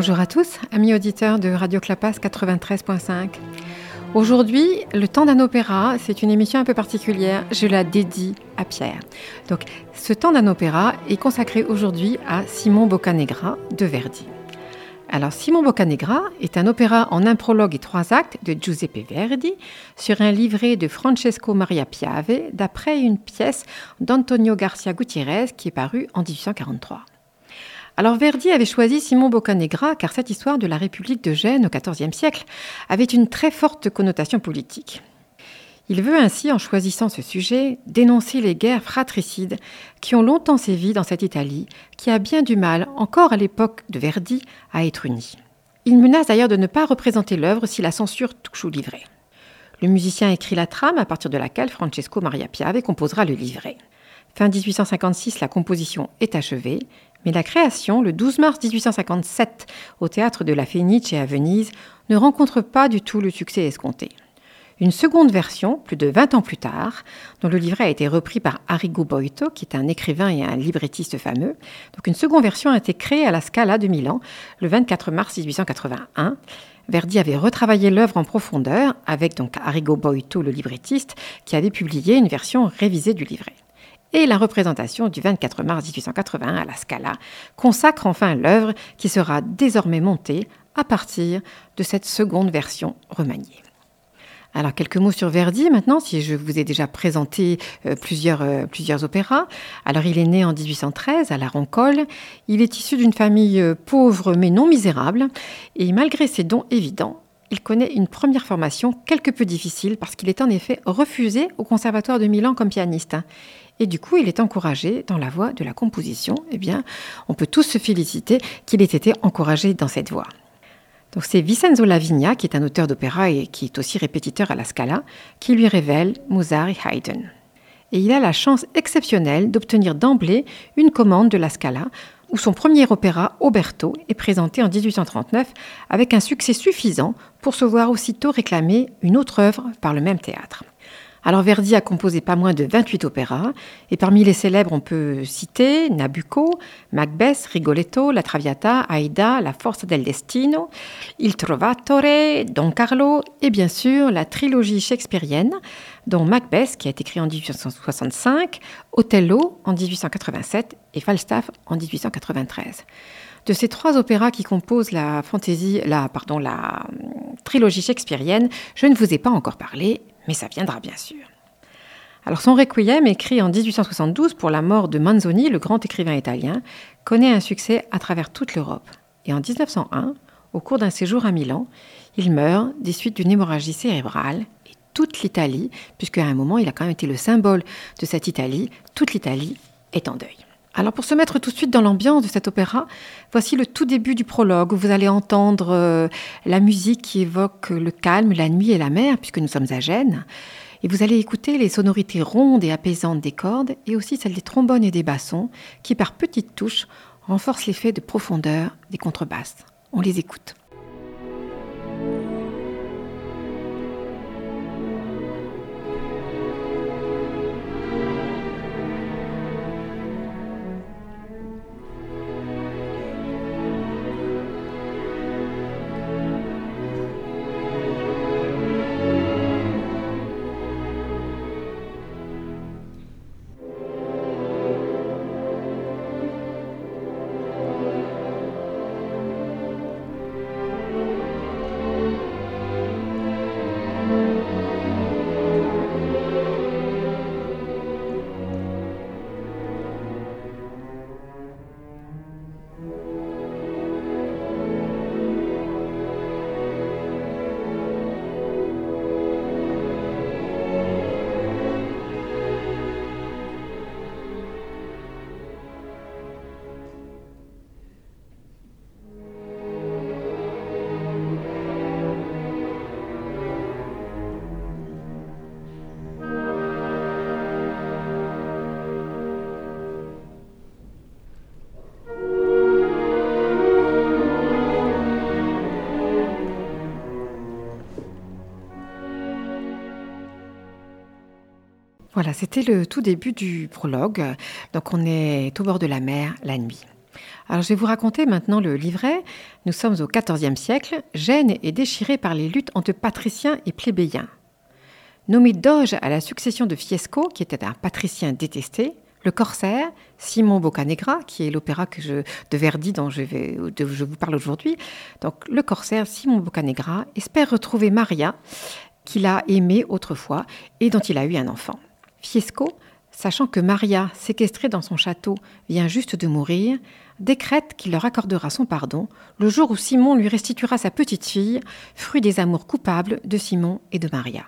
Bonjour à tous, amis auditeurs de Radio Clapas 93.5. Aujourd'hui, le temps d'un opéra, c'est une émission un peu particulière. Je la dédie à Pierre. Donc, ce temps d'un opéra est consacré aujourd'hui à Simon Boccanegra de Verdi. Alors, Simon Boccanegra est un opéra en un prologue et 3 actes de Giuseppe Verdi sur un livret de Francesco Maria Piave d'après une pièce d'Antonio Garcia Gutiérrez qui est parue en 1843. Alors Verdi avait choisi Simon Boccanegra car cette histoire de la République de Gênes au XIVe siècle avait une très forte connotation politique. Il veut ainsi, en choisissant ce sujet, dénoncer les guerres fratricides qui ont longtemps sévi dans cette Italie, qui a bien du mal, encore à l'époque de Verdi, à être unie. Il menace d'ailleurs de ne pas représenter l'œuvre si la censure touche au livret. Le musicien écrit la trame à partir de laquelle Francesco Maria Piave composera le livret. Fin 1856, la composition est achevée, mais la création, le 12 mars 1857, au théâtre de la Fenice à Venise, ne rencontre pas du tout le succès escompté. Une seconde version, plus de 20 ans plus tard, dont le livret a été repris par Arrigo Boito, qui est un écrivain et un librettiste fameux. Donc une seconde version a été créée à la Scala de Milan, le 24 mars 1881. Verdi avait retravaillé l'œuvre en profondeur, avec donc Arrigo Boito, le librettiste, qui avait publié une version révisée du livret. Et la représentation du 24 mars 1881 à la Scala consacre enfin l'œuvre qui sera désormais montée à partir de cette seconde version remaniée. Alors quelques mots sur Verdi maintenant, si je vous ai déjà présenté plusieurs opéras. Alors il est né en 1813 à La Roncolle. Il est issu d'une famille pauvre mais non misérable. Et malgré ses dons évidents, il connaît une première formation quelque peu difficile parce qu'il est en effet refusé au Conservatoire de Milan comme pianiste. Et du coup, il est encouragé dans la voie de la composition. Eh bien, on peut tous se féliciter qu'il ait été encouragé dans cette voie. Donc, c'est Vincenzo Lavigna, qui est un auteur d'opéra et qui est aussi répétiteur à la Scala, qui lui révèle Mozart et Haydn. Et il a la chance exceptionnelle d'obtenir d'emblée une commande de la Scala, où son premier opéra, Oberto, est présenté en 1839 avec un succès suffisant pour se voir aussitôt réclamer une autre œuvre par le même théâtre. Alors Verdi a composé pas moins de 28 opéras, et parmi les célèbres on peut citer Nabucco, Macbeth, Rigoletto, La Traviata, Aida, La Forza del Destino, Il Trovatore, Don Carlo, et bien sûr la trilogie shakespearienne, dont Macbeth qui a été créé en 1865, Othello en 1887 et Falstaff en 1893. De ces 3 opéras qui composent la trilogie shakespearienne, je ne vous ai pas encore parlé, mais ça viendra bien sûr. Alors son Requiem, écrit en 1872 pour la mort de Manzoni, le grand écrivain italien, connaît un succès à travers toute l'Europe. Et en 1901, au cours d'un séjour à Milan, il meurt des suites d'une hémorragie cérébrale et toute l'Italie, puisqu'à un moment il a quand même été le symbole de cette Italie, toute l'Italie est en deuil. Alors pour se mettre tout de suite dans l'ambiance de cet opéra, voici le tout début du prologue où vous allez entendre la musique qui évoque le calme, la nuit et la mer, puisque nous sommes à Gênes. Et vous allez écouter les sonorités rondes et apaisantes des cordes et aussi celles des trombones et des bassons qui, par petites touches, renforcent l'effet de profondeur des contrebasses. On les écoute. Voilà, c'était le tout début du prologue. Donc on est au bord de la mer la nuit. Alors je vais vous raconter maintenant le livret. Nous sommes au XIVe siècle. Gênes est déchirée par les luttes entre patriciens et plébéiens. Nommé doge à la succession de Fiesco, qui était un patricien détesté, le corsaire, Simon Boccanegra, qui est l'opéra de Verdi dont je vous parle aujourd'hui. Donc le corsaire Simon Boccanegra espère retrouver Maria, qu'il a aimée autrefois et dont il a eu un enfant. Fiesco, sachant que Maria, séquestrée dans son château, vient juste de mourir, décrète qu'il leur accordera son pardon le jour où Simon lui restituera sa petite fille, fruit des amours coupables de Simon et de Maria.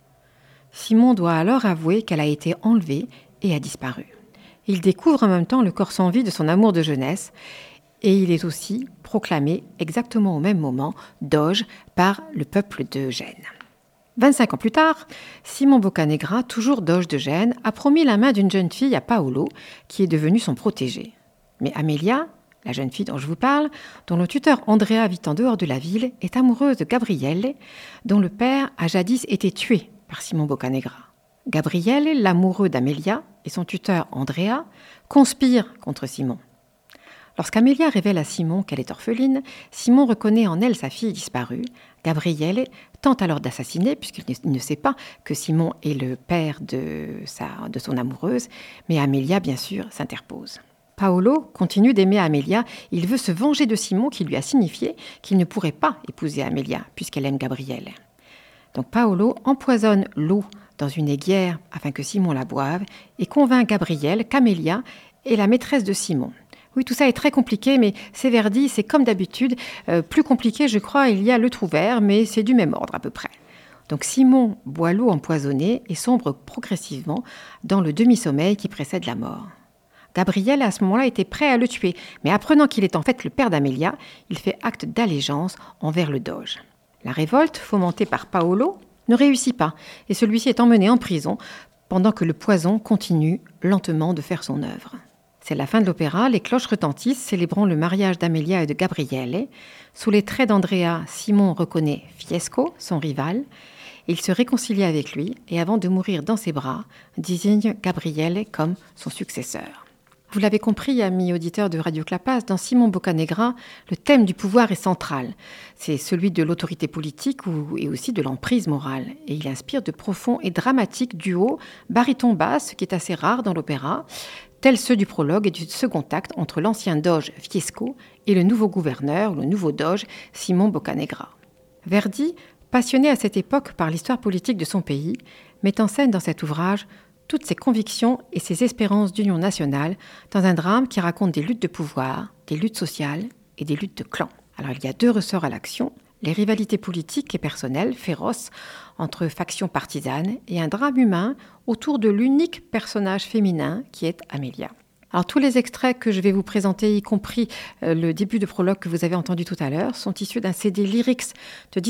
Simon doit alors avouer qu'elle a été enlevée et a disparu. Il découvre en même temps le corps sans vie de son amour de jeunesse et il est aussi proclamé exactement au même moment doge par le peuple de Gênes. 25 ans plus tard, Simon Boccanegra, toujours doge de Gênes, a promis la main d'une jeune fille à Paolo, qui est devenue son protégé. Mais Amelia, la jeune fille dont je vous parle, dont le tuteur Andrea vit en dehors de la ville, est amoureuse de Gabriele, dont le père a jadis été tué par Simon Boccanegra. Gabriele, l'amoureux d'Amelia, et son tuteur Andrea conspirent contre Simon. Lorsqu'Amelia révèle à Simon qu'elle est orpheline, Simon reconnaît en elle sa fille disparue. Gabriele tente alors d'assassiner, puisqu'il ne sait pas que Simon est le père de son amoureuse, mais Amelia, bien sûr, s'interpose. Paolo continue d'aimer Amelia, il veut se venger de Simon qui lui a signifié qu'il ne pourrait pas épouser Amelia, puisqu'elle aime Gabriele. Donc Paolo empoisonne l'eau dans une aiguière afin que Simon la boive et convainc Gabriele qu'Amelia est la maîtresse de Simon. Oui, tout ça est très compliqué, mais c'est Verdi, c'est comme d'habitude. Plus compliqué, je crois, il y a le trou vert, mais c'est du même ordre à peu près. Donc Simon boit l'eau empoisonnée et sombre progressivement dans le demi-sommeil qui précède la mort. Gabriel, à ce moment-là, était prêt à le tuer, mais apprenant qu'il est en fait le père d'Amelia, il fait acte d'allégeance envers le doge. La révolte, fomentée par Paolo, ne réussit pas, et celui-ci est emmené en prison pendant que le poison continue lentement de faire son œuvre. C'est la fin de l'opéra, les cloches retentissent, célébrant le mariage d'Amelia et de Gabriele. Sous les traits d'Andrea, Simon reconnaît Fiesco, son rival. Il se réconcilie avec lui et avant de mourir dans ses bras, désigne Gabriele comme son successeur. Vous l'avez compris, amis auditeurs de Radio Clapas, dans Simon Boccanegra, le thème du pouvoir est central. C'est celui de l'autorité politique et aussi de l'emprise morale. Et il inspire de profonds et dramatiques duos baryton-basse, ce qui est assez rare dans l'opéra, tels ceux du prologue et du second acte entre l'ancien doge Fiesco et le nouveau gouverneur, le nouveau doge Simon Boccanegra. Verdi, passionné à cette époque par l'histoire politique de son pays, met en scène dans cet ouvrage toutes ses convictions et ses espérances d'union nationale dans un drame qui raconte des luttes de pouvoir, des luttes sociales et des luttes de clans. Alors il y a deux ressorts à l'action, les rivalités politiques et personnelles féroces entre factions partisanes et un drame humain autour de l'unique personnage féminin qui est Amelia. Alors tous les extraits que je vais vous présenter, y compris le début de prologue que vous avez entendu tout à l'heure, sont issus d'un CD Lyrics de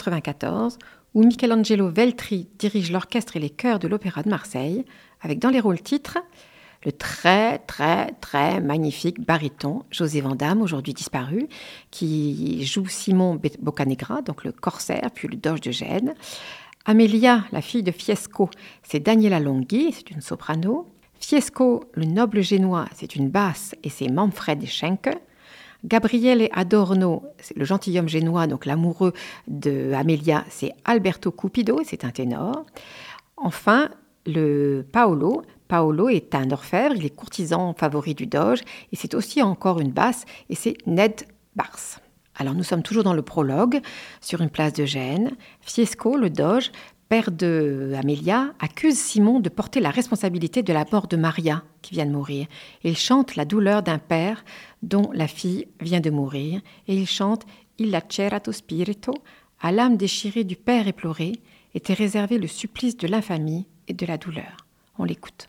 1994 où Michelangelo Veltri dirige l'orchestre et les chœurs de l'Opéra de Marseille, avec dans les rôles titres le très magnifique baryton José Vandamme, aujourd'hui disparu, qui joue Simon Boccanegra, donc le corsaire, puis le doge de Gênes. Amelia, la fille de Fiesco, c'est Daniela Longhi, c'est une soprano. Fiesco, le noble génois, c'est une basse et c'est Manfred Schenke. Gabriele Adorno, c'est le gentilhomme génois, donc l'amoureux de Amelia, c'est Alberto Cupido, c'est un ténor. Enfin, le Paolo est un orfèvre, il est courtisan favori du doge, et c'est aussi encore une basse, et c'est Ned Bars. Alors nous sommes toujours dans le prologue, sur une place de Gênes. Fiesco, le doge, père de Amelia, accuse Simon de porter la responsabilité de la mort de Maria, qui vient de mourir. Il chante la douleur d'un père dont la fille vient de mourir, et il chante « Il lacerato spirito », à l'âme déchirée du père éploré, était réservé le supplice de l'infamie et de la douleur. On l'écoute.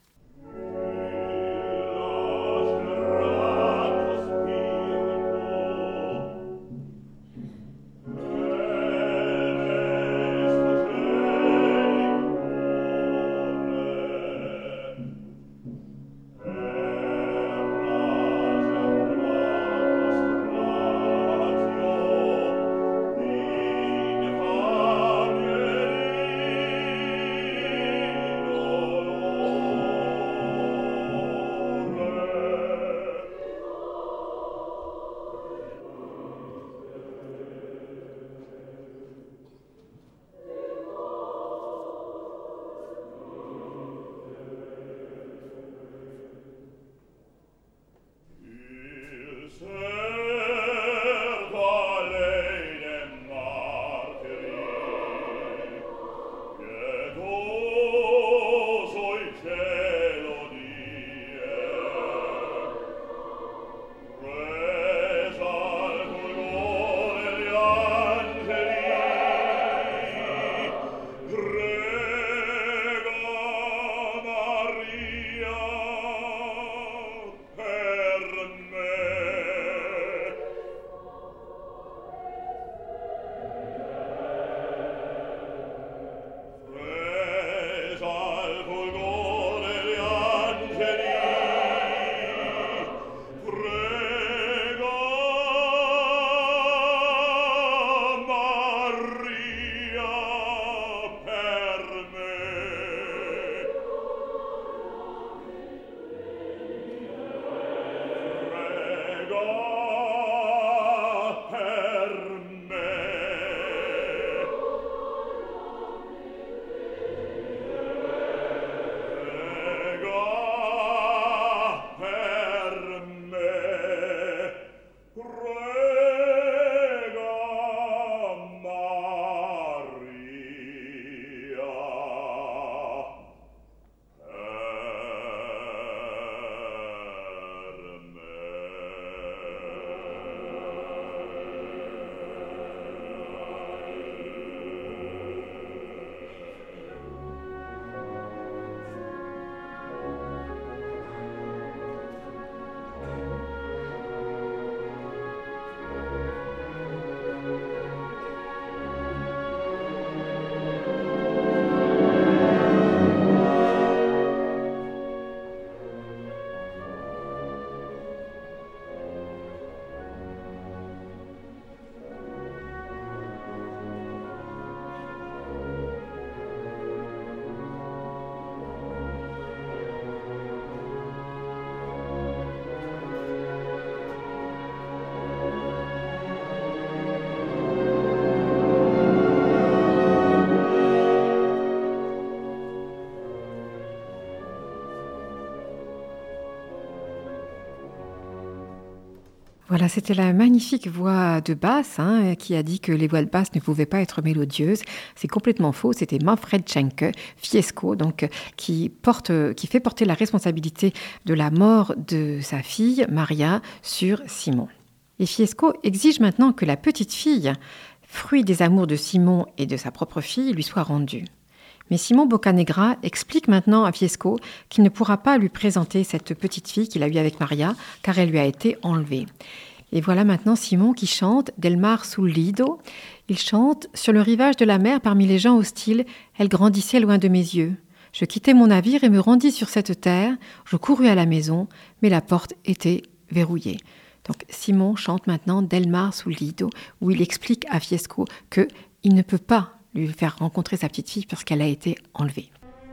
Voilà, c'était la magnifique voix de basse qui a dit que les voix de basse ne pouvaient pas être mélodieuses. C'est complètement faux. C'était Manfred Schenke, Fiesco, donc qui fait porter la responsabilité de la mort de sa fille Maria sur Simon. Et Fiesco exige maintenant que la petite fille, fruit des amours de Simon et de sa propre fille, lui soit rendue. Mais Simon Boccanegra explique maintenant à Fiesco qu'il ne pourra pas lui présenter cette petite fille qu'il a eue avec Maria, car elle lui a été enlevée. Et voilà maintenant Simon qui chante « Del mar sul lido ». Il chante « Sur le rivage de la mer, parmi les gens hostiles, elle grandissait loin de mes yeux. Je quittai mon navire et me rendis sur cette terre. Je courus à la maison, mais la porte était verrouillée. » Donc Simon chante maintenant « Del mar sul lido » où il explique à Fiesco qu'il ne peut pas lui faire rencontrer sa petite fille parce qu'elle a été enlevée.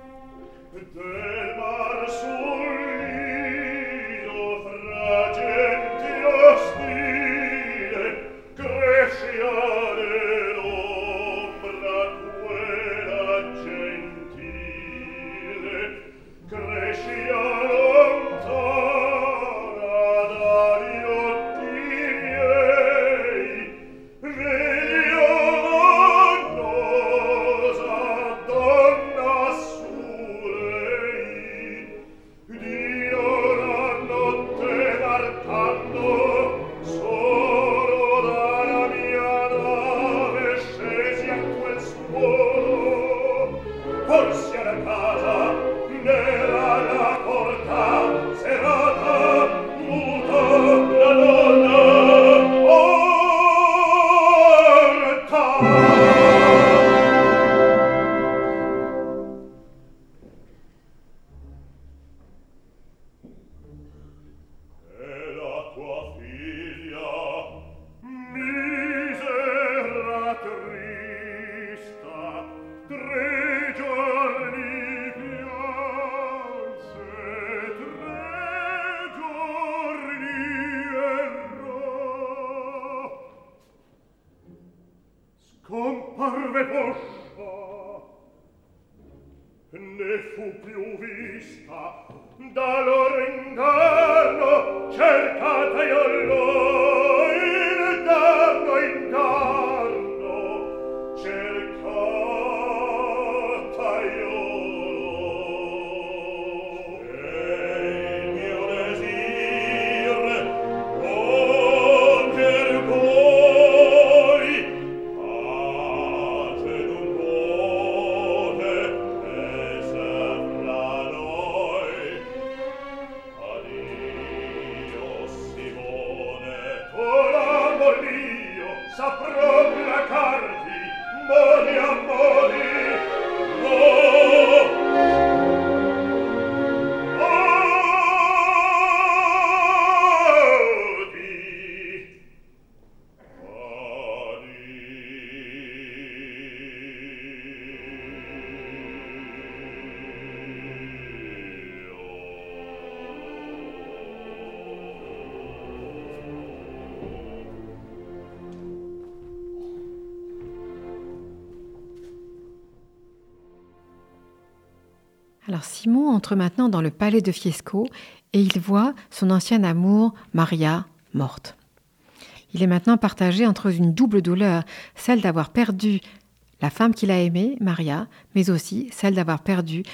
Alors Simon entre maintenant dans le palais de Fiesco et il voit son ancienne amour, Maria, morte. Il est maintenant partagé entre une double douleur, celle d'avoir perdu la femme qu'il a aimée, Maria, mais aussi celle d'avoir perdu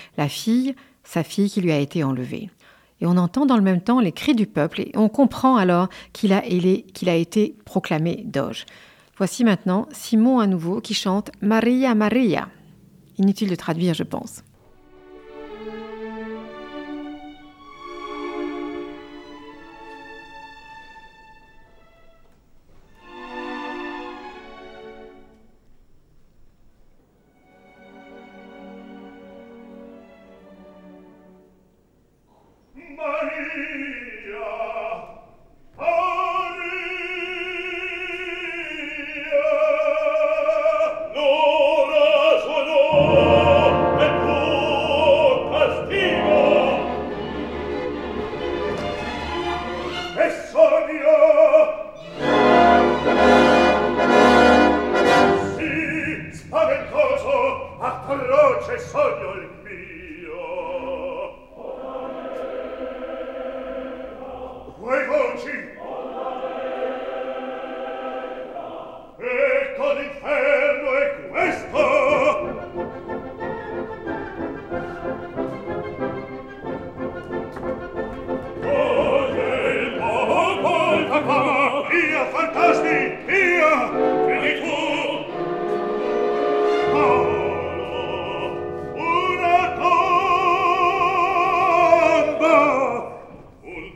sa fille qui lui a été enlevée. Et on entend dans le même temps les cris du peuple et on comprend alors qu'il a été proclamé doge. Voici maintenant Simon à nouveau qui chante « Maria, Maria ». Inutile de traduire, je pense.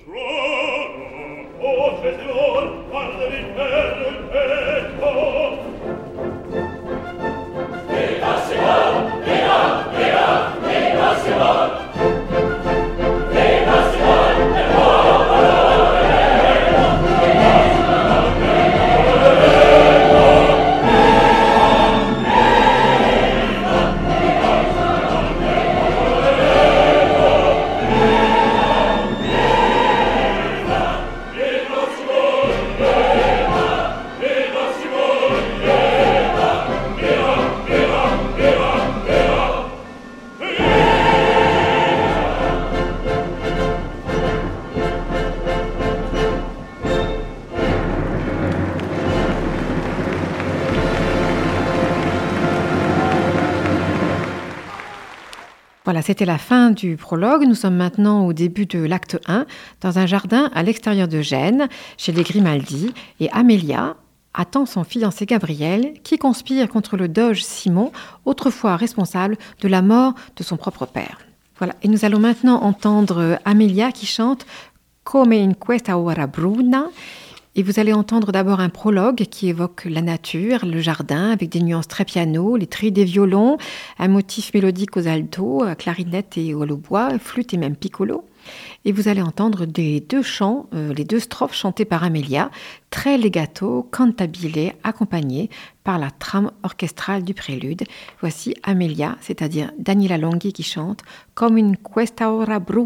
Voilà, c'était la fin du prologue. Nous sommes maintenant au début de l'acte 1, dans un jardin à l'extérieur de Gênes, chez les Grimaldi, et Amélia attend son fiancé Gabriel, qui conspire contre le doge Simon, autrefois responsable de la mort de son propre père. Voilà, et nous allons maintenant entendre Amélia qui chante « Come in questa ora bruna ». Et vous allez entendre d'abord un prologue qui évoque la nature, le jardin, avec des nuances très piano, les trilles des violons, un motif mélodique aux altos, à clarinette et au hautbois, flûte et même piccolo. Et vous allez entendre les deux chants, les deux strophes chantées par Amélia, très legato, cantabile, accompagnées par la trame orchestrale du prélude. Voici Amélia, c'est-à-dire Daniela Longhi qui chante « Come in questa ora bruna ».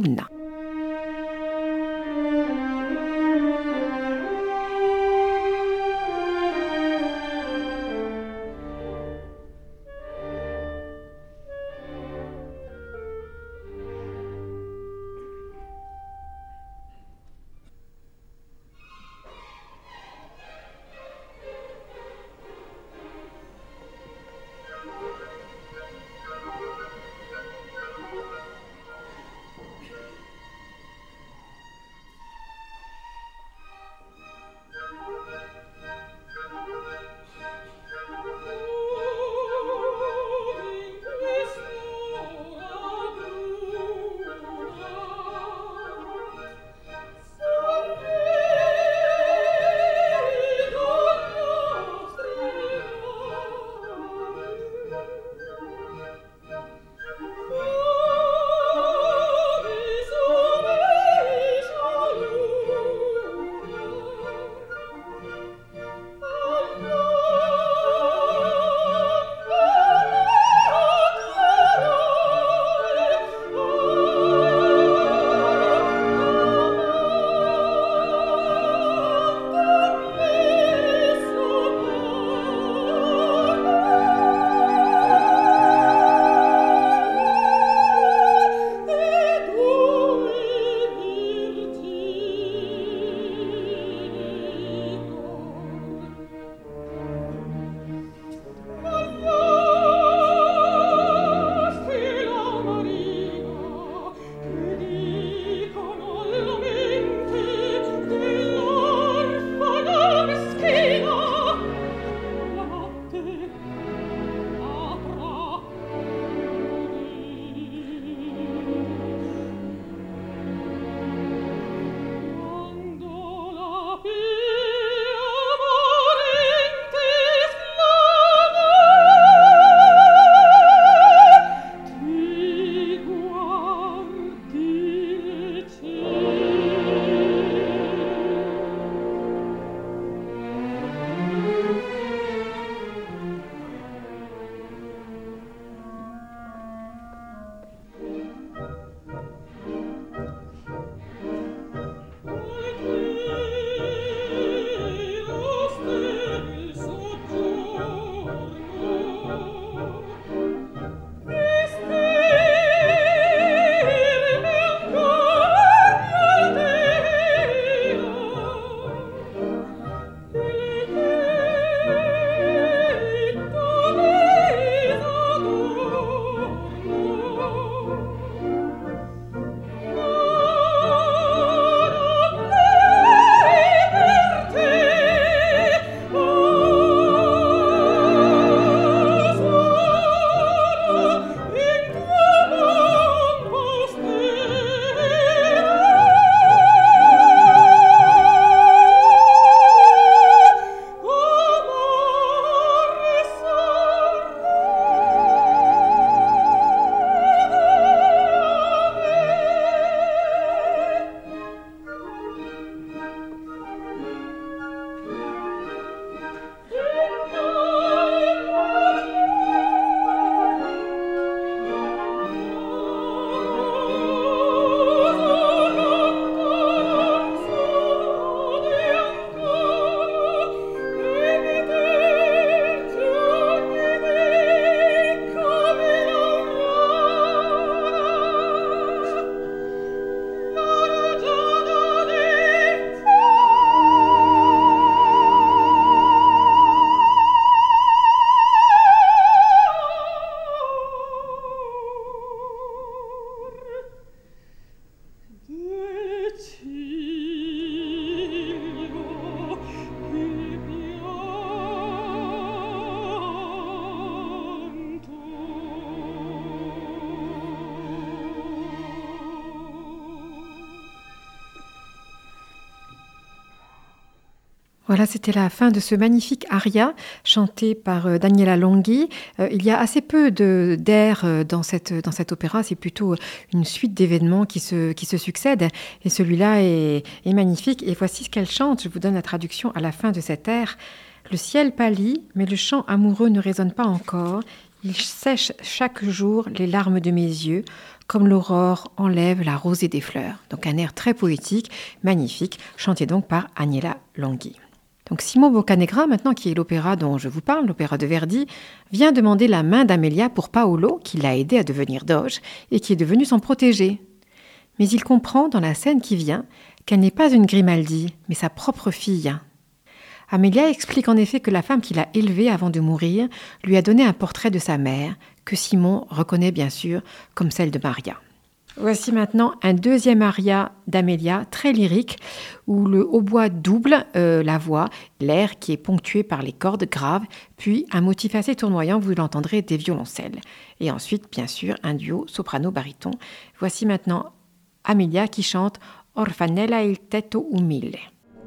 Voilà, c'était la fin de ce magnifique aria chanté par Daniela Longhi. Il y a assez peu d'air dans cet opéra, c'est plutôt une suite d'événements qui se succèdent. Et celui-là est magnifique. Et voici ce qu'elle chante, je vous donne la traduction à la fin de cet air. Le ciel pâlit, mais le chant amoureux ne résonne pas encore. Il sèche chaque jour les larmes de mes yeux, comme l'aurore enlève la rosée des fleurs. Donc un air très poétique, magnifique, chanté donc par Daniela Longhi. Donc Simon Boccanegra, maintenant qui est l'opéra dont je vous parle, l'opéra de Verdi, vient demander la main d'Amelia pour Paolo, qui l'a aidé à devenir doge et qui est devenu son protégé. Mais il comprend dans la scène qui vient qu'elle n'est pas une Grimaldi, mais sa propre fille. Amelia explique en effet que la femme qui l'a élevée avant de mourir lui a donné un portrait de sa mère, que Simon reconnaît bien sûr comme celle de Maria. Voici maintenant un deuxième aria d'Amelia, très lyrique, où le hautbois double la voix, l'air qui est ponctué par les cordes graves, puis un motif assez tournoyant, vous l'entendrez, des violoncelles. Et ensuite, bien sûr, un duo soprano-baryton. Voici maintenant Amelia qui chante « Orfanella il tetto umile ».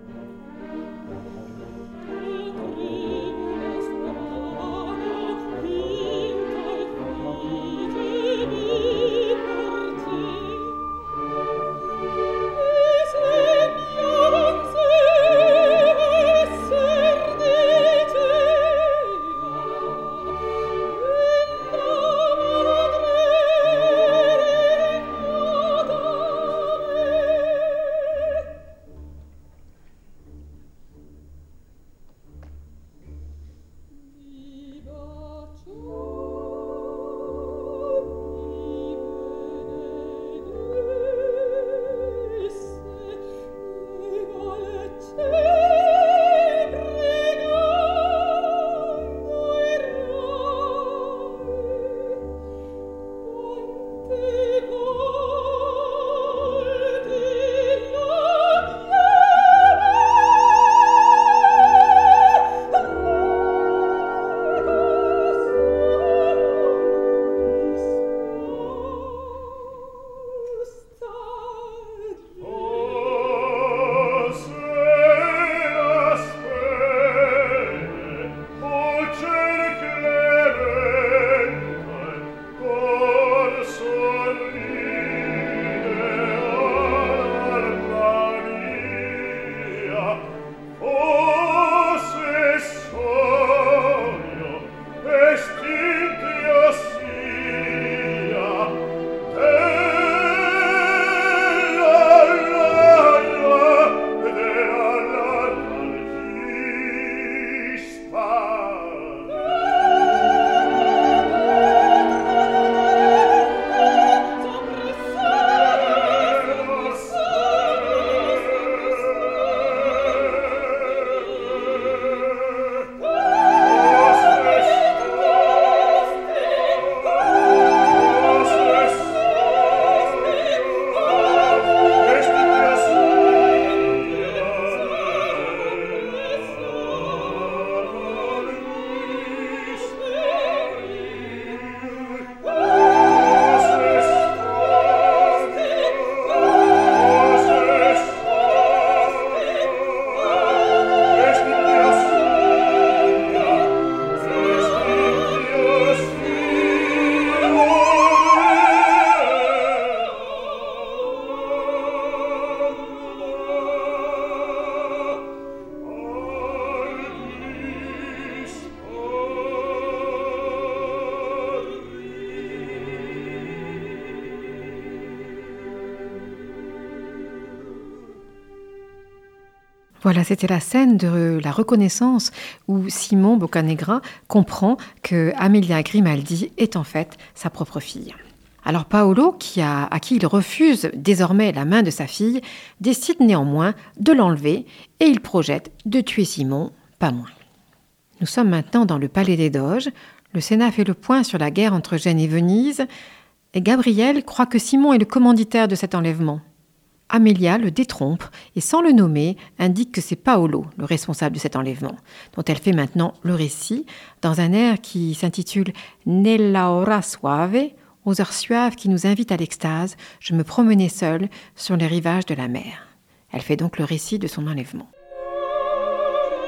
Voilà, c'était la scène de la reconnaissance où Simon Boccanegra comprend que Amelia Grimaldi est en fait sa propre fille. Alors Paolo, à qui il refuse désormais la main de sa fille, décide néanmoins de l'enlever et il projette de tuer Simon, pas moins. Nous sommes maintenant dans le palais des Doges. Le Sénat fait le point sur la guerre entre Gênes et Venise et Gabriel croit que Simon est le commanditaire de cet enlèvement. Amelia le détrompe et, sans le nommer, indique que c'est Paolo le responsable de cet enlèvement, dont elle fait maintenant le récit dans un air qui s'intitule « Nella ora suave », aux heures suaves qui nous invitent à l'extase, je me promenais seule sur les rivages de la mer. Elle fait donc le récit de son enlèvement.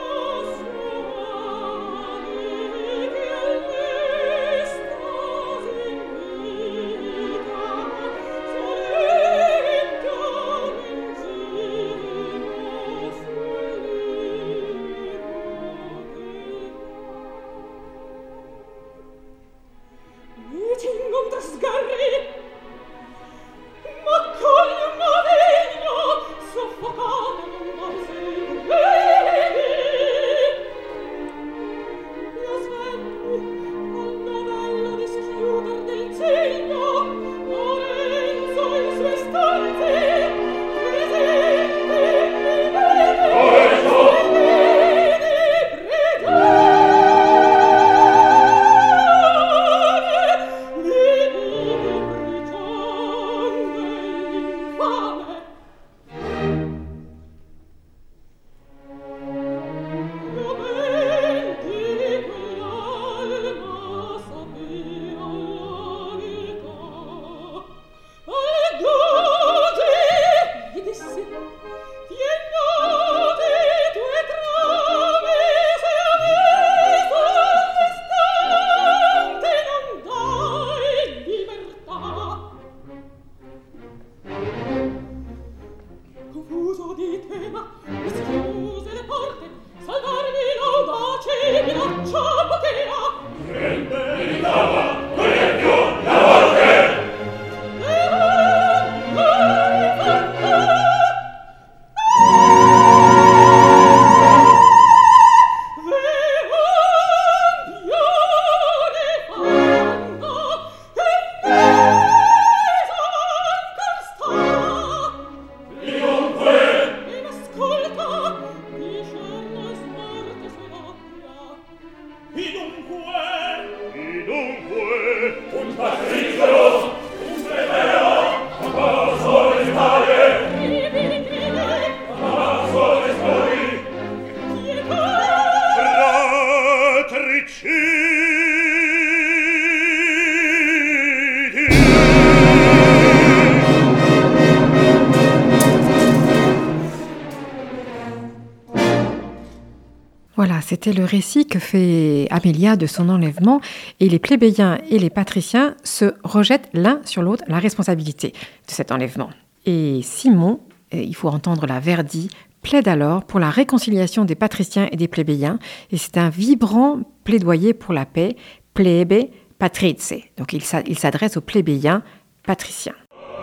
Voilà, c'était le récit que fait Amélia de son enlèvement, et les plébéiens et les patriciens se rejettent l'un sur l'autre la responsabilité de cet enlèvement. Et Simon, il faut entendre la Verdi, plaide alors pour la réconciliation des patriciens et des plébéiens, et c'est un vibrant plaidoyer pour la paix, plebe patrice. Donc il s'adresse aux plébéiens patriciens.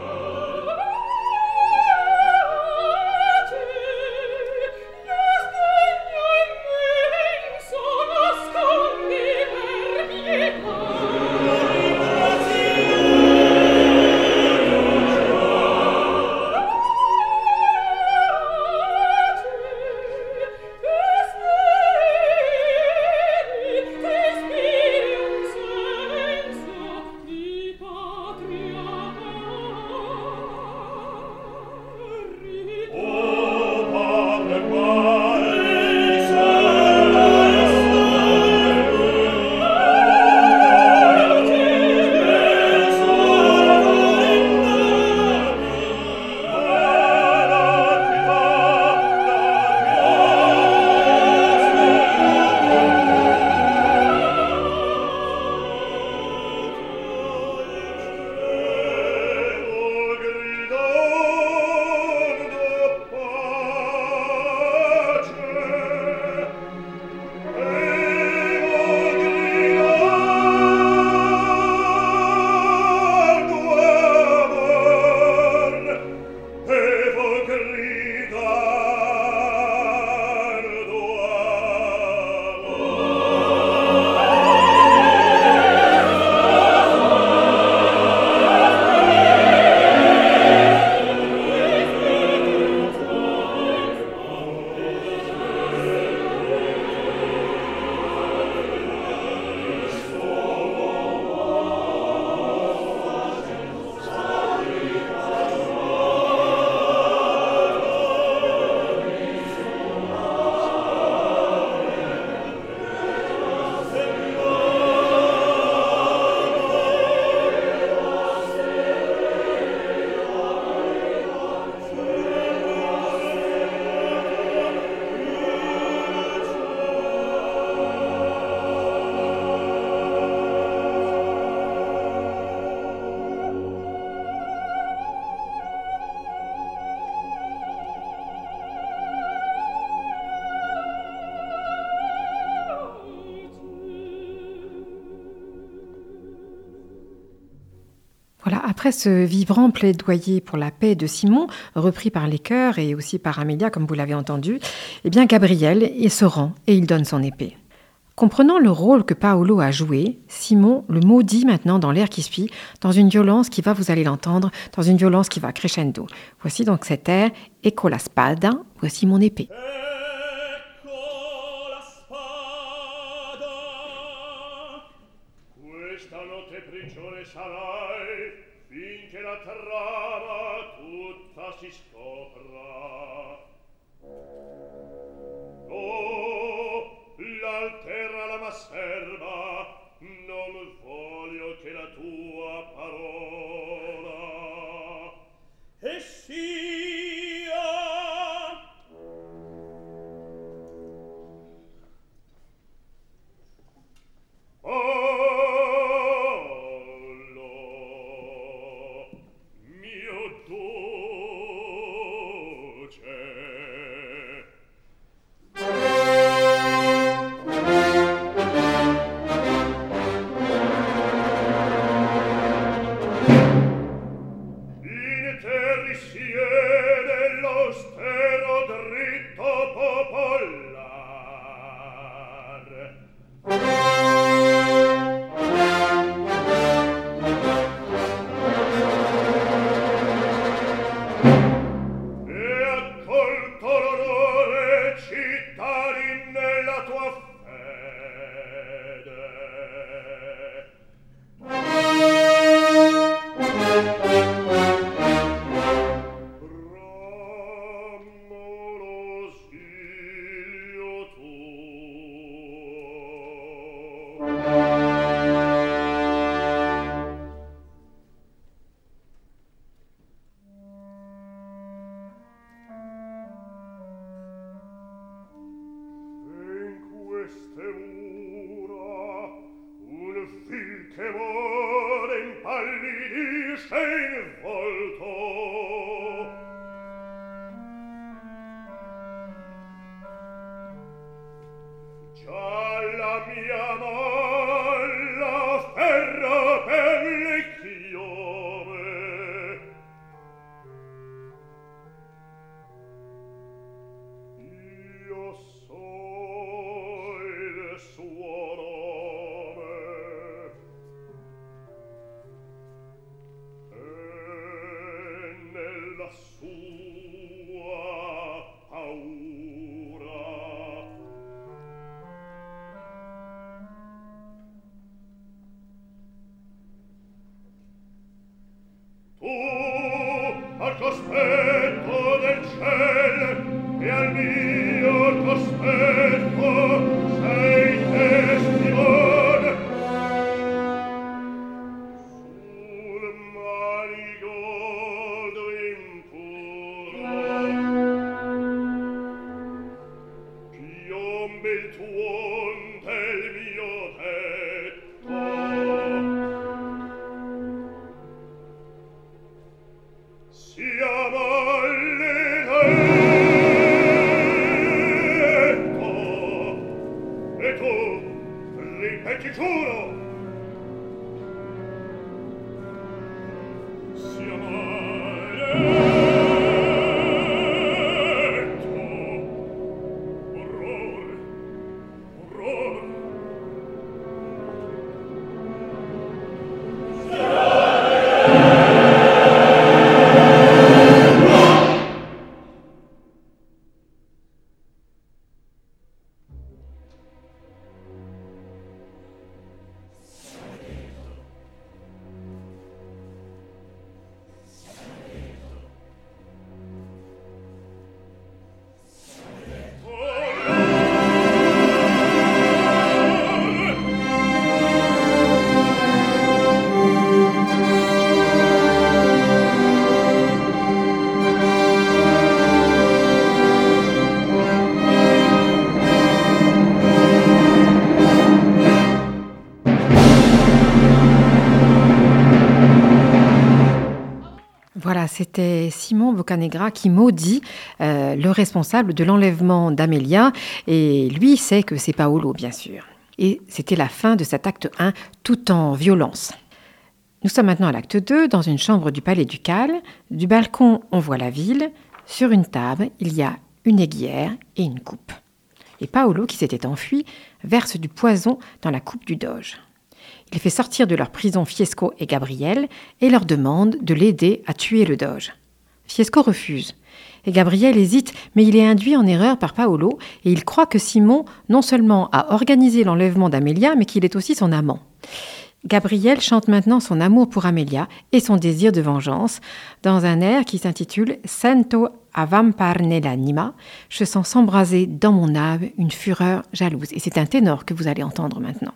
Voilà, après ce vibrant plaidoyer pour la paix de Simon, repris par les chœurs et aussi par Amélia, comme vous l'avez entendu, eh bien Gabriel il se rend et il donne son épée. Comprenant le rôle que Paolo a joué, Simon le maudit maintenant dans l'air qui suit, dans une violence qui va, vous allez l'entendre, dans une violence qui va crescendo. Voici donc cet air « Ecco la spada », voici mon épée. Finché la trama tutta si scopra. Oh, l'altera la m'asserva, non voglio che la tua parola e sia l'onore cittadin nella tua fede. C'était Simon Boccanegra qui maudit le responsable de l'enlèvement d'Amelia, et lui sait que c'est Paolo, bien sûr. Et c'était la fin de cet acte 1, tout en violence. Nous sommes maintenant à l'acte 2, dans une chambre du palais ducal. Du balcon, on voit la ville. Sur une table, il y a une aiguière et une coupe. Et Paolo, qui s'était enfui, verse du poison dans la coupe du doge. Il fait sortir de leur prison Fiesco et Gabriel et leur demande de l'aider à tuer le doge. Fiesco refuse. Et Gabriel hésite, mais il est induit en erreur par Paolo et il croit que Simon non seulement a organisé l'enlèvement d'Amelia, mais qu'il est aussi son amant. Gabriel chante maintenant son amour pour Amelia et son désir de vengeance dans un air qui s'intitule « Sento avampar nell'anima », je sens s'embraser dans mon âme une fureur jalouse. Et c'est un ténor que vous allez entendre maintenant.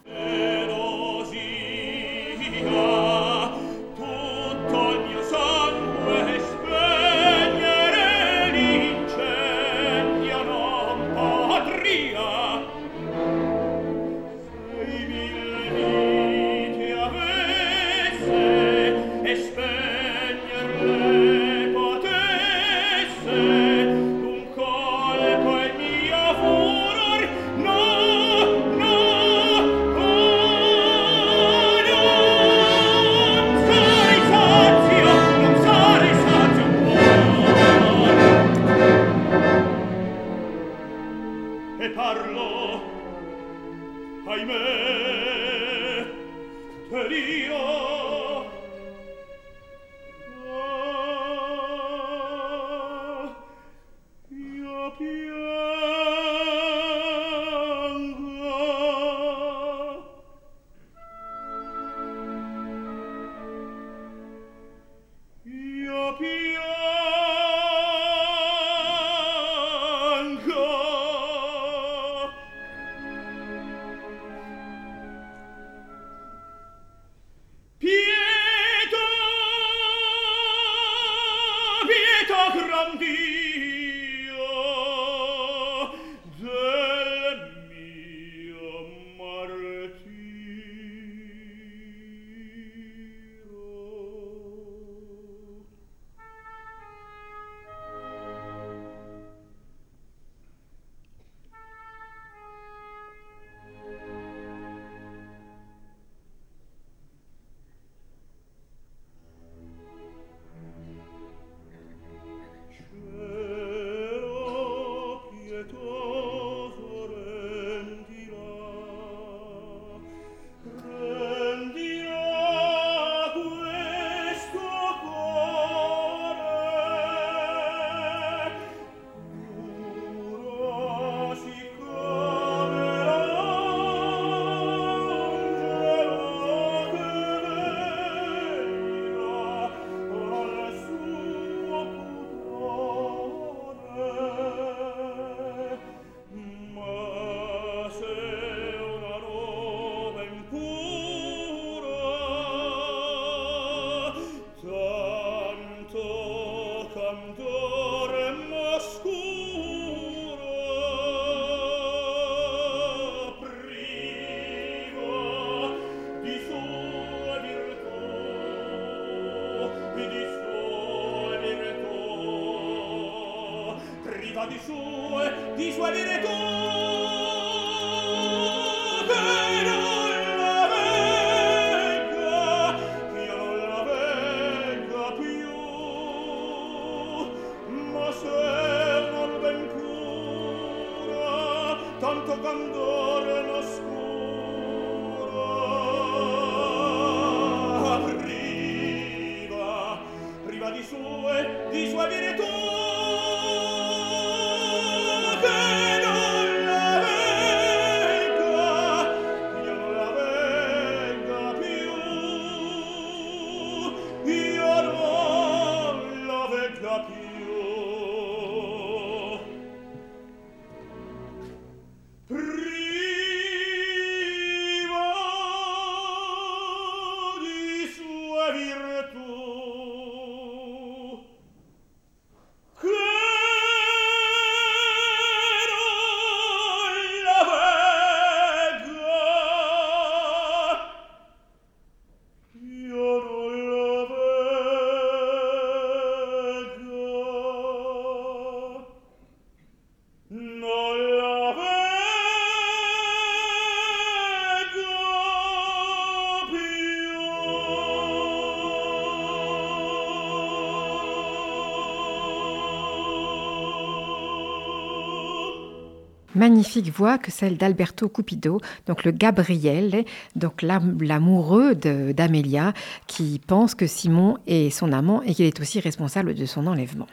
Magnifique voix que celle d'Alberto Cupido, donc le Gabriel, donc l'amoureux d'Amelia, qui pense que Simon est son amant et qu'il est aussi responsable de son enlèvement.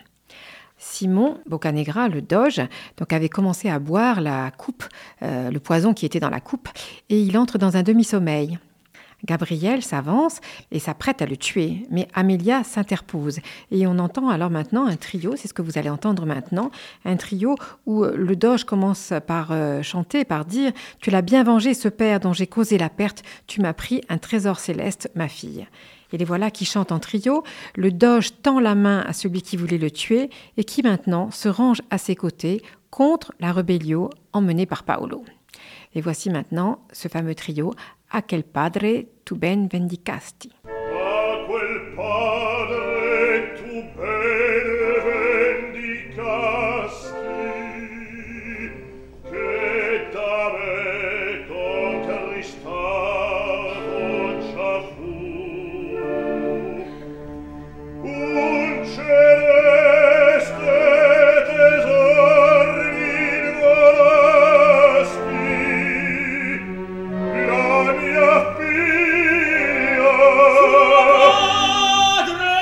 Simon Boccanegra, le doge, donc avait commencé à boire la coupe, le poison qui était dans la coupe, et il entre dans un demi-sommeil. Gabriel s'avance et s'apprête à le tuer, mais Amelia s'interpose. Et on entend alors maintenant un trio, c'est ce que vous allez entendre maintenant, un trio où le doge commence par chanter, par dire « Tu l'as bien vengé, ce père dont j'ai causé la perte, tu m'as pris un trésor céleste, ma fille ». Et les voilà qui chantent en trio. Le doge tend la main à celui qui voulait le tuer et qui maintenant se range à ses côtés contre la rébellion emmenée par Paolo. Et voici maintenant ce fameux trio « A quel padre tu ben vendicasti ». A quel padre tu ben vendicasti, che da me contristato già fu. Un celeste tesor mi volasti, la mia figlia. Suo padre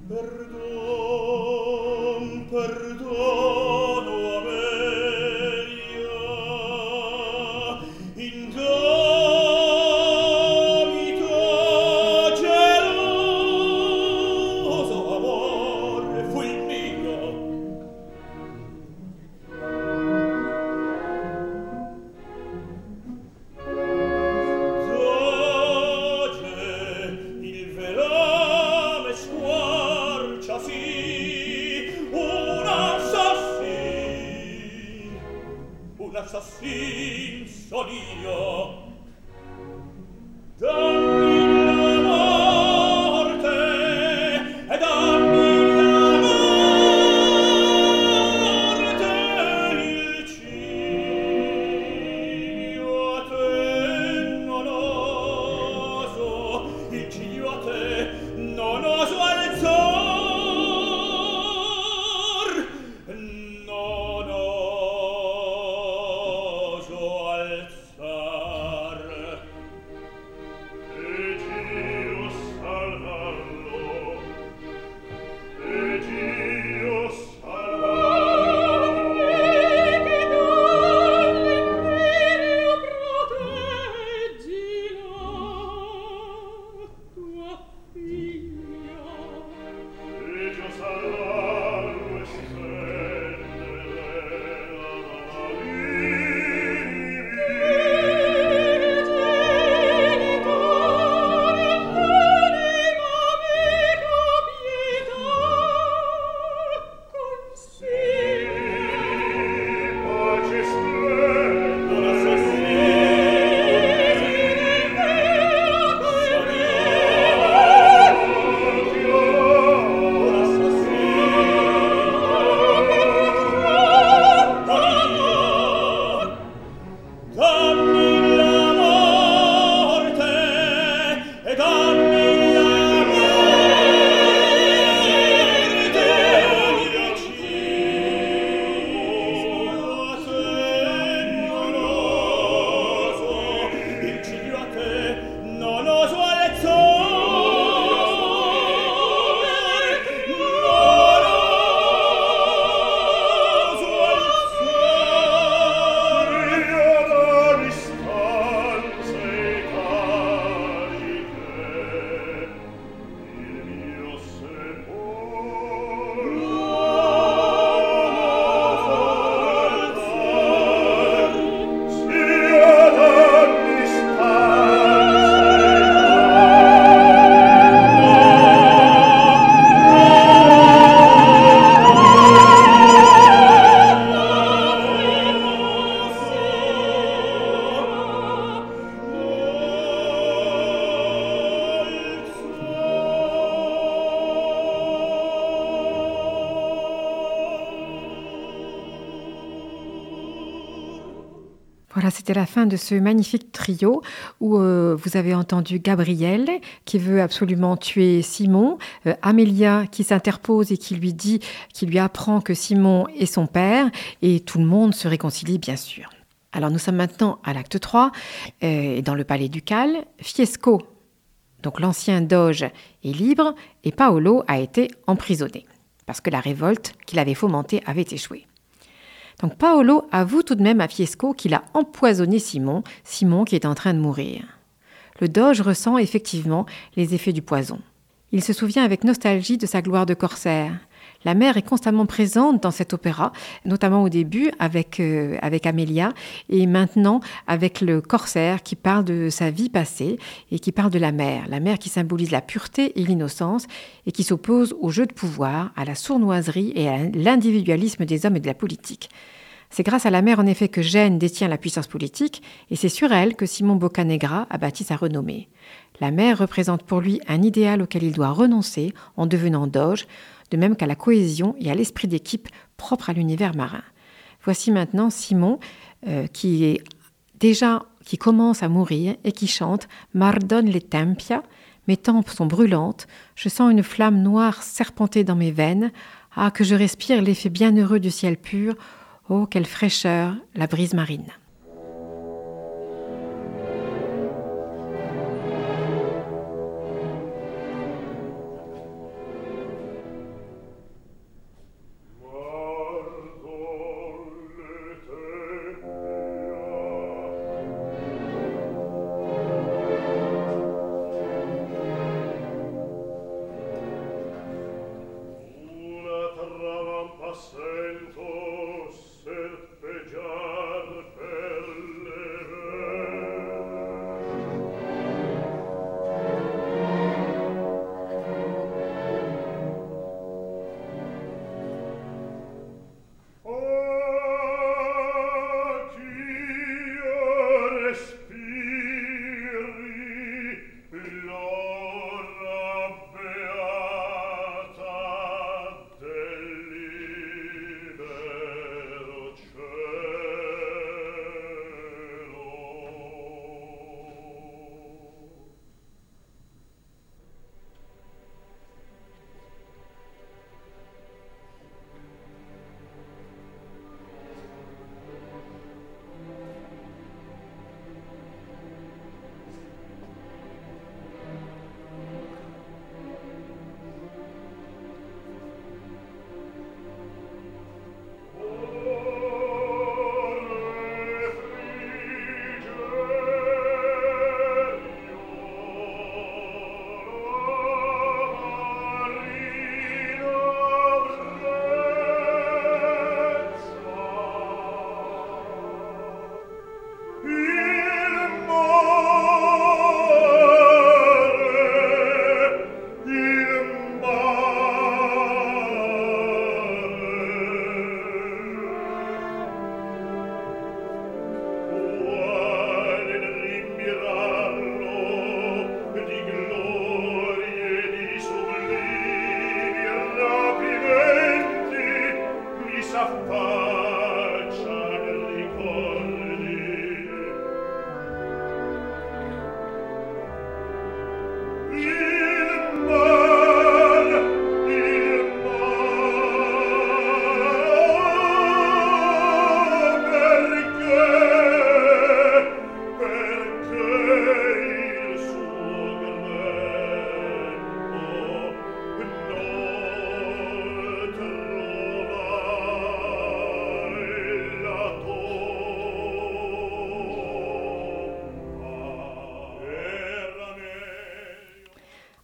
Voilà, c'était la fin de ce magnifique trio où vous avez entendu Gabriel qui veut absolument tuer Simon, Amélia qui s'interpose et qui lui apprend que Simon est son père, et tout le monde se réconcilie bien sûr. Alors nous sommes maintenant à l'acte 3, dans le palais ducal. Fiesco, donc l'ancien doge, est libre et Paolo a été emprisonné parce que la révolte qu'il avait fomentée avait échoué. Donc Paolo avoue tout de même à Fiesco qu'il a empoisonné Simon qui est en train de mourir. Le doge ressent effectivement les effets du poison. Il se souvient avec nostalgie de sa gloire de corsaire. La mère est constamment présente dans cet opéra, notamment au début avec Amélia, et maintenant avec le corsaire qui parle de sa vie passée et qui parle de la mer qui symbolise la pureté et l'innocence et qui s'oppose au jeu de pouvoir, à la sournoiserie et à l'individualisme des hommes et de la politique. C'est grâce à la mer en effet que Gênes détient la puissance politique, et c'est sur elle que Simon Boccanegra a bâti sa renommée. La mer représente pour lui un idéal auquel il doit renoncer en devenant doge, de même qu'à la cohésion et à l'esprit d'équipe propre à l'univers marin. Voici maintenant Simon qui commence à mourir et qui chante « M'ardonne les tempia ». Mes tempes sont brûlantes, je sens une flamme noire serpenter dans mes veines. Ah, que je respire l'effet bienheureux du ciel pur. Oh, quelle fraîcheur, la brise marine.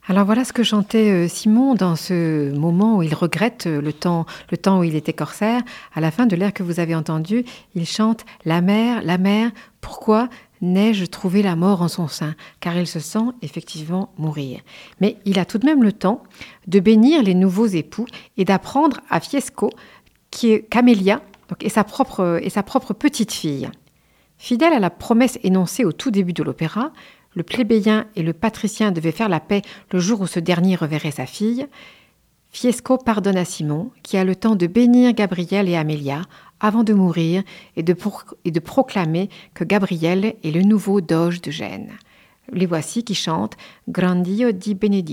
Alors voilà ce que chantait Simon dans ce moment où il regrette le temps où il était corsaire. À la fin de l'air que vous avez entendu, il chante « La mer, pourquoi n'ai-je trouvé la mort en son sein ?» Car il se sent effectivement mourir. Mais il a tout de même le temps de bénir les nouveaux époux et d'apprendre à Fiesco qu'Amelia est sa propre petite fille. Fidèle à la promesse énoncée au tout début de l'opéra, le plébéien et le patricien devaient faire la paix le jour où ce dernier reverrait sa fille. Fiesco pardonne à Simon, qui a le temps de bénir Gabriel et Amelia avant de mourir et de proclamer que Gabriel est le nouveau doge de Gênes. Les voici qui chantent « Grandio di Benedici ».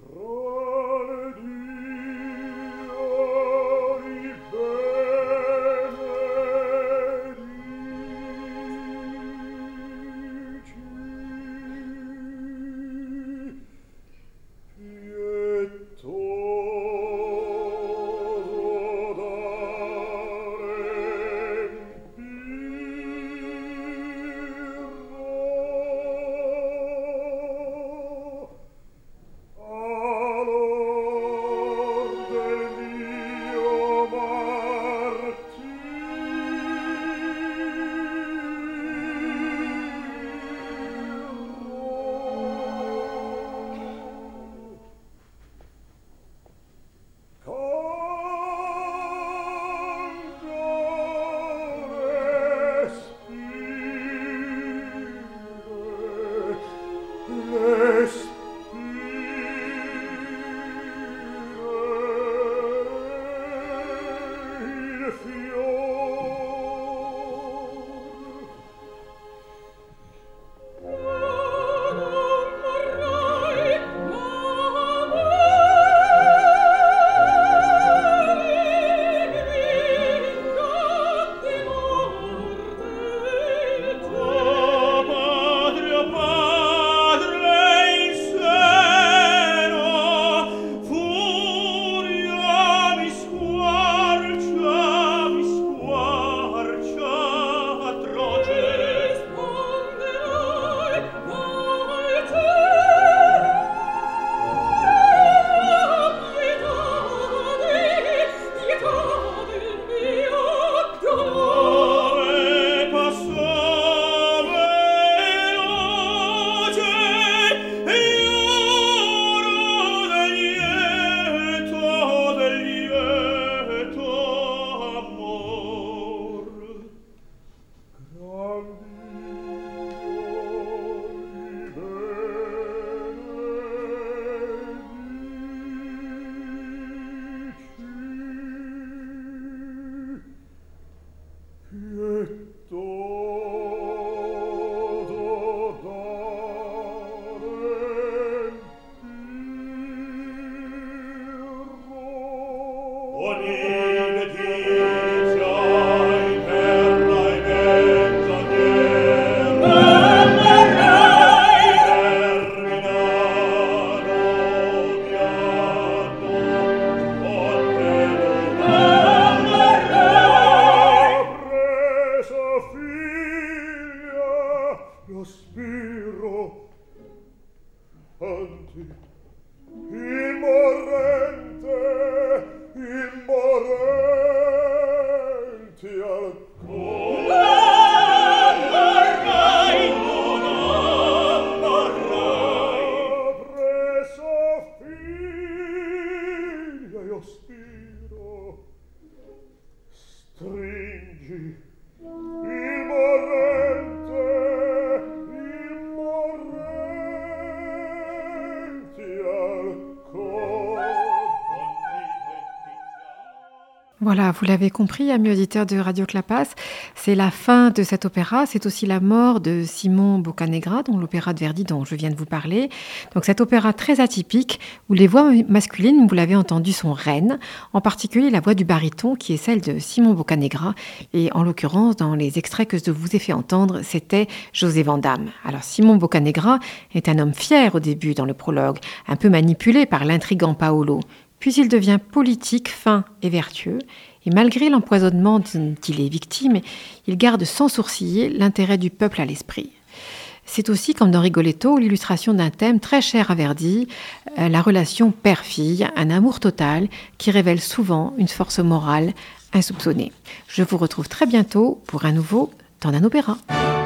Voilà, vous l'avez compris, amis auditeurs de Radio Clapas, c'est la fin de cet opéra, c'est aussi la mort de Simon Boccanegra, dont l'opéra de Verdi dont je viens de vous parler. Donc cet opéra très atypique, où les voix masculines, vous l'avez entendu, sont reines, en particulier la voix du baryton, qui est celle de Simon Boccanegra, et en l'occurrence, dans les extraits que je vous ai fait entendre, c'était José Vandamme. Alors Simon Boccanegra est un homme fier au début dans le prologue, un peu manipulé par l'intrigant Paolo. Puis il devient politique, fin et vertueux, et malgré l'empoisonnement dont il est victime, il garde sans sourciller l'intérêt du peuple à l'esprit. C'est aussi, comme dans Rigoletto, l'illustration d'un thème très cher à Verdi, la relation père-fille, un amour total qui révèle souvent une force morale insoupçonnée. Je vous retrouve très bientôt pour un nouveau Temps d'un opéra.